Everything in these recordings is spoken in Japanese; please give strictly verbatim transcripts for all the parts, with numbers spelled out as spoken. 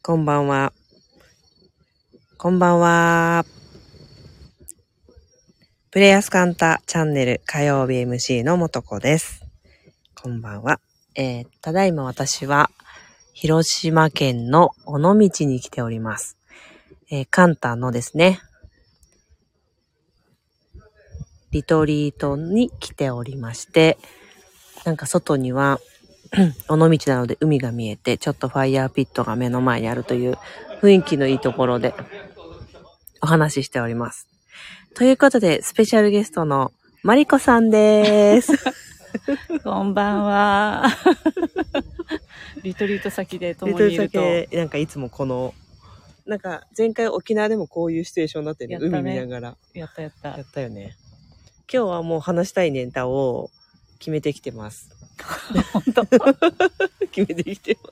こんばんは。こんばんは。プレイヤースカンタチャンネル火曜日 エムシー のもとこです。こんばんは。えー、ただいま私は広島県の尾道に来ております。えー、カンタのですね、リトリートに来ておりまして、なんか外には尾道なので海が見えて、ちょっとファイヤーピットが目の前にあるという雰囲気のいいところでお話ししております。ということで、スペシャルゲストのマリコさんです。 こんばんは。リトリート先で共にいると。リトリート先で、 なんかいつもこの、なんか前回沖縄でもこういうシチュエーションになってね、 やったね海見ながら。 やったやった。 やったよね。今日はもう話したいネタを決めてきてます。 本当決めてきてます。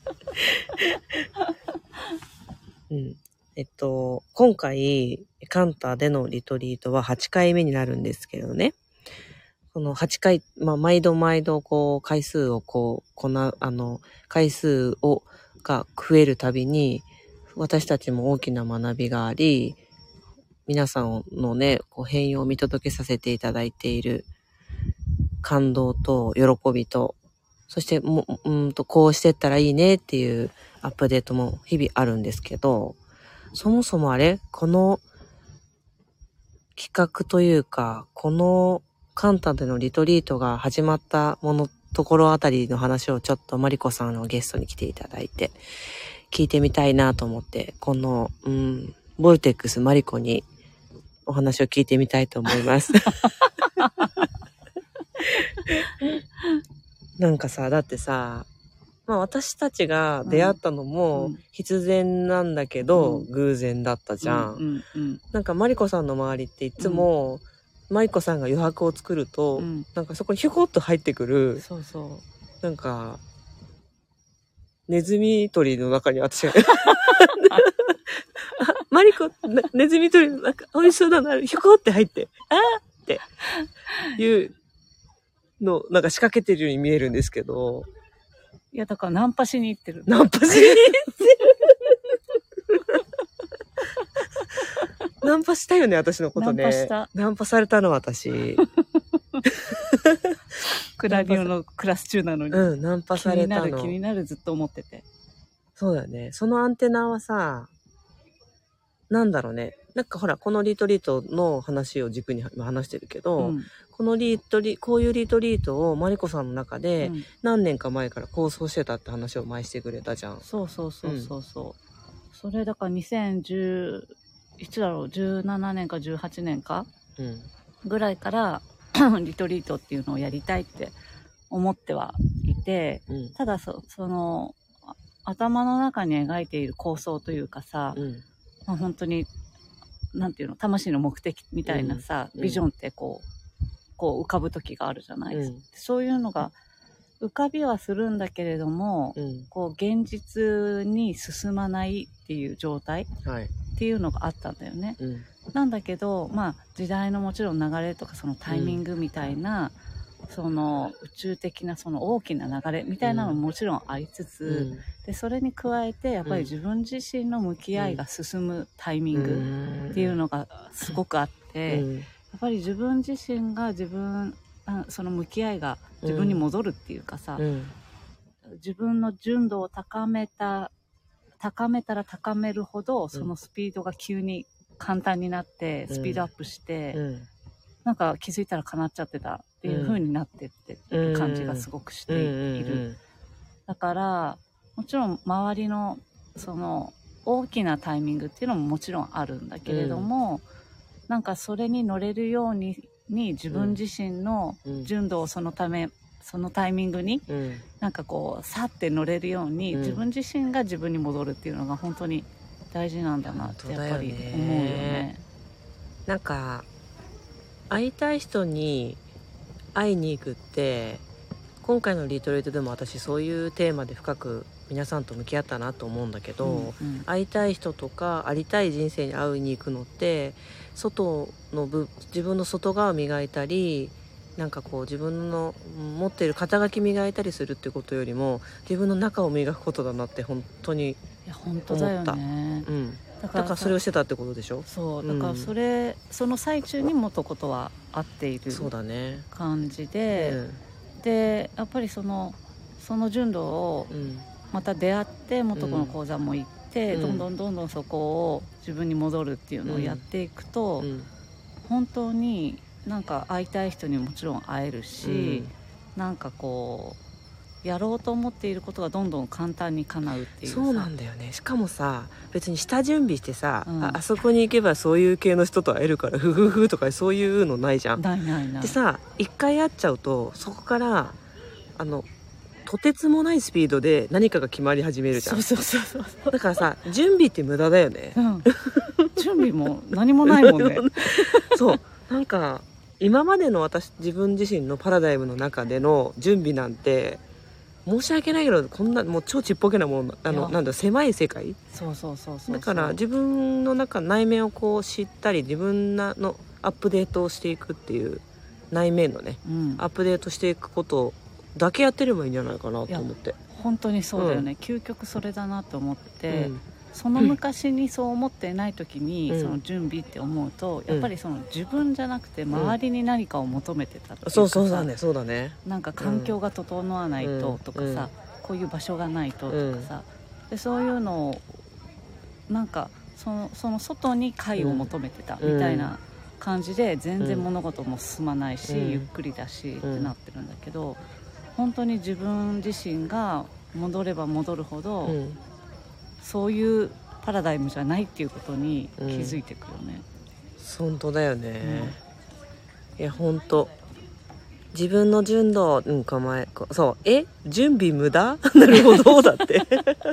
うん。えっと、今回、カンタでのリトリートははちかいめになるんですけどね。このはちかい、まあ、毎度毎度、こう、回数をこう、こな、あの、回数を、が増えるたびに、私たちも大きな学びがあり、皆さんのね、こう変容を見届けさせていただいている感動と喜びと、そしてもうんとこうしてったらいいねっていうアップデートも日々あるんですけど、そもそもあれこの企画というか、このカンタでのリトリートが始まったものところあたりの話をちょっとマリコさんのゲストに来ていただいて聞いてみたいなと思って、この、うん、ボルテックスマリコにお話を聞いてみたいと思います。なんかさ、だってさ、まあ私たちが出会ったのも、うん、必然なんだけど、うん、偶然だったじゃん。 うんうんうん、 なんかマリコさんの周りっていつも、うん、マリコさんが余白を作ると、うん、なんかそこにひょこっと入ってくる、 そうそう。 なんか、ネズミ捕りの中に私が、マリコ、ネズミ捕りの中、美味しそうだな、ひょこって入って、あーっていうの、なんか仕掛けてるように見えるんですけど、 いや、だからナンパしに行ってる。 ナンパしに行ってる。ナンパしたよね、私のことね。 ナンパした。 ナンパされたの、私。 クラリオのクラス中なのに。 うん、ナンパされたの。 気になる、気になる、ずっと思ってて。 そうだね。そのアンテナはさ、なんだろうね。なんかほら、このリトリートの話を軸に話してるけど、うん、このリトリ、こういうリトリートをマリコさんの中で何年か前から構想してたって話を前してくれたじゃん。うん、 そうそうそうそうそう。うん、それだからにせんじゅう、いつだろう、じゅうななねんかじゅうはちねんか、うん、ぐらいからリトリートっていうのをやりたいって思ってはいて、うん、ただそ、その、頭の中に描いている構想というかさ、うん、まあ、本当になんていうの、魂の目的みたいなさ、うん、ビジョンってこうこう浮かぶ時があるじゃないですか、うん、そういうのが浮かびはするんだけれども、うん、こう現実に進まないっていう状態、はい、っていうのがあったんだよね、うん、なんだけど、まあ時代のもちろん流れとかそのタイミングみたいな、うん、その宇宙的なその大きな流れみたいなのももちろんありつつ、うん、でそれに加えてやっぱり自分自身の向き合いが進むタイミングっていうのがすごくあって、うん、やっぱり自分自身が自分その向き合いが自分に戻るっていうかさ、うん、自分の純度を高めた高めたら高めるほどそのスピードが急に簡単になってスピードアップして、うん、なんか気づいたら叶っちゃってたっていう風になってっている感じがすごくしている。だからもちろん周りのその大きなタイミングっていうのももちろんあるんだけれども、うん、なんかそれに乗れるようにに自分自身の純度をそのため、うん、そのタイミングに、うん、なんかこうさって乗れるように、うん、自分自身が自分に戻るっていうのが本当に大事なんだなってやっぱり思うよね。 なんか会いたい人に会いに行くって今回のリトリートでも私そういうテーマで深く皆さんと向き合ったなと思うんだけど、うんうん、会いたい人とかありたい人生に会いに行くのって外の部自分の外側を磨いたりなんかこう自分の持っている肩書き磨いたりするってことよりも自分の中を磨くことだなって本当に思った。 いや本当だよね、 うん、だから、だからそれをしてたってことでしょ。 そうだからそれ、うん、その最中にもっとことは合っている感じで、うん、でやっぱりそのその純度をまた出会って元子の講座も行って、うん、どんどんどんどんそこを自分に戻るっていうのをやっていくと、うん、本当になんか会いたい人にもちろん会えるし、うん、なんかこうやろうと思っていることがどんどん簡単に叶うっていう。 そうなんだよね。しかもさ別に下準備してさ、うん、あ, あそこに行けばそういう系の人と会えるからフフフとかそういうのないじゃん。 ないないない。 でさ一回会っちゃうとそこからあのとてつもないスピードで何かが決まり始めるじゃん。 そうそうそうそう。 だからさ準備って無駄だよね、 うん、準備も何もないもんねそうなんか今までの私自分自身のパラダイムの中での準備なんて申し訳ないけどこんなもう超ちっぽけなものあのなんだ狭い世界。 そうそうそうそう。 だから自分の中内面をこう知ったり自分のアップデートをしていくっていう内面のね、うん、アップデートしていくことだけやってればいいんじゃないかなと思って。 本当にそうだよね、うん、究極それだなと思って、うん、その昔にそう思ってない時に、うん、その準備って思うと、やっぱりその自分じゃなくて周りに何かを求めてたっていうかさ、 うん、そうそうだねそうだね。 なんか環境が整わないととかさ、うん、こういう場所がないととかさ、でそういうのをなんかその、その外に解を求めてたみたいな感じで、全然物事も進まないし、うん、ゆっくりだしってなってるんだけど、本当に自分自身が戻れば戻るほど、うん、そういうパラダイムじゃないっていうことに気づいていくよね、 うん、本当だよね、うん、いや本当自分の純度、うん、構えそうえ準備無駄なるほどだって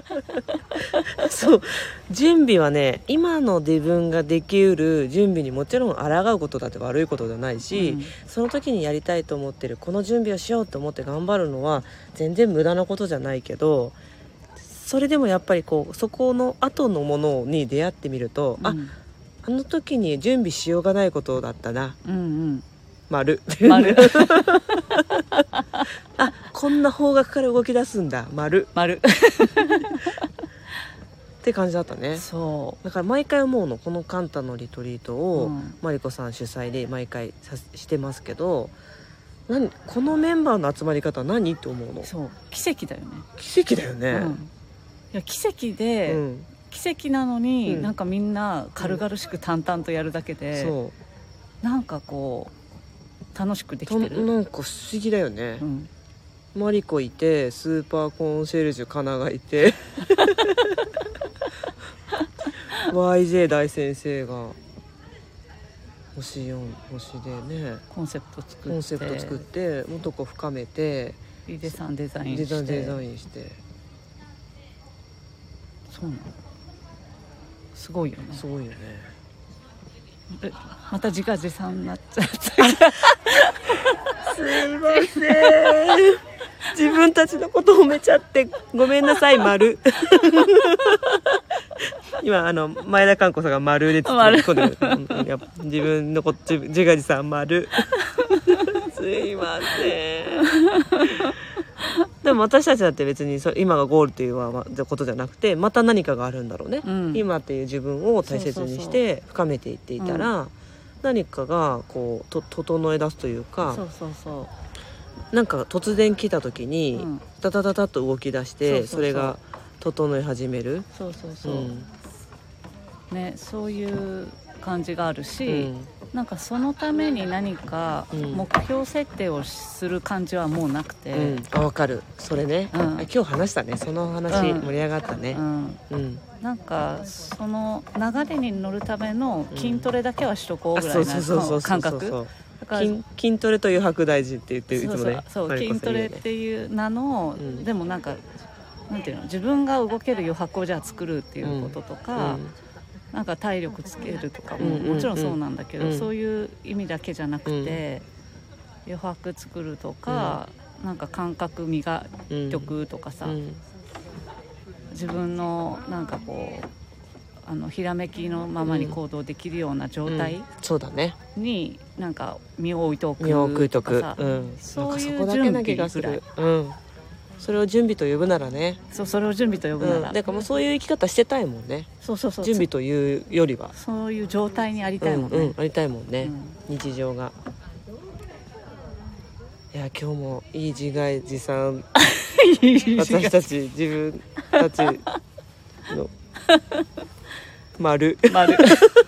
そう準備はね今の自分ができうる準備にもちろん抗うことだって悪いことじゃないし、うん、その時にやりたいと思ってるこの準備をしようと思って頑張るのは全然無駄なことじゃないけど、それでもやっぱりこうそこの後のものに出会ってみると、うん、ああの時に準備しようがないことだったな、うんうん丸丸あこんな方角から動き出すんだ丸丸って感じだったね。 そうだから毎回思うのこのカンタのリトリートを、うん、マリコさん主催で毎回さしてますけど、何このメンバーの集まり方何って思うの。 そう奇跡だよね。 奇跡だよね、うん、 いや奇跡で、うん、奇跡なのに、うん、なんかみんな軽々しく淡々とやるだけで、うん、そうなんかこう楽しくできてる。 なんか不思議だよね、うん、マリコいてスーパーコンシェルジュカナがいてワイジェー 大先生が星よん星でねコンセプト作ってコンセプト作って元子深めてリデさんデザインしてデザインしてそうなのすごいよね。 すごいよね。 また自画自賛になっちゃったすいません自分たちのこと褒めちゃってごめんなさい丸今あの前田寛子さんが丸で突っ込んでる自分のこと自画自賛丸すいませんでも私たちだって別にそ今がゴールということじゃなくてまた何かがあるんだろうね、うん、今っていう自分を大切にして深めていっていたら、うん、何かがこうと整え出すというか、 そうそうそうなんか突然来た時に、うん、タタタタッと動き出して、そうそうそう、それが整え始める。 そうそうそう、うん、ね、そういう感じがあるし、うん、なんかそのために何か目標設定をする感じはもうなくて、うん、 あ、分かるそれね、うん、今日話したねその話、盛り上がったね、うんうん、なんかその流れに乗るための筋トレだけはしとこうぐらいな感覚。 筋, 筋トレと余白大事って言っていつもね、 そうそうそう筋トレっていう名の、うん、でもなんかなんていうの、自分が動ける余白をじゃあ作るっていうこととか、うん、なんか体力つけるとかも、うん、もちろんそうなんだけど、うん、そういう意味だけじゃなくて、うん、余白作るとか、うん、なんか感覚磨いとくとかさ、うん、自分のなんかこうあのひらめきのままに行動できるような状態、うんうん、 そうだねになんか身を置いておく身を置いとく、 うん、そういう準備ぐらい、 うん、それを準備と呼ぶならね。 そう、それを準備と呼ぶなら、 うん、だからもうそういう生き方してたいもんね。 そうそうそう、 準備というよりはそういう状態にありたいもんね、 うんうん、ありたいもんね、 うん、 日常が。いや今日もいい自画自賛私たち自分たちの丸丸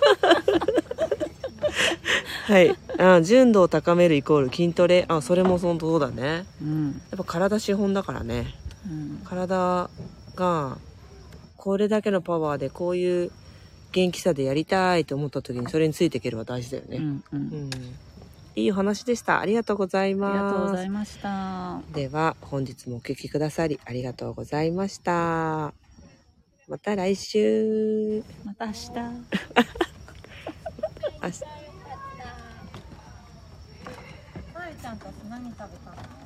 はいあ、純度を高めるイコール筋トレ。あ、それもそうだね、 うん、 やっぱ体資本だからね、うん、体がこれだけのパワーでこういう元気さでやりたいと思った時にそれについていけるのは大事だよね、うんうんうん、いいお話でした。ありがとうございます。 ありがとうございました。 では本日もお聞きくださりありがとうございました。また来週。 また明日明日。 さえちゃんたち何食べたの？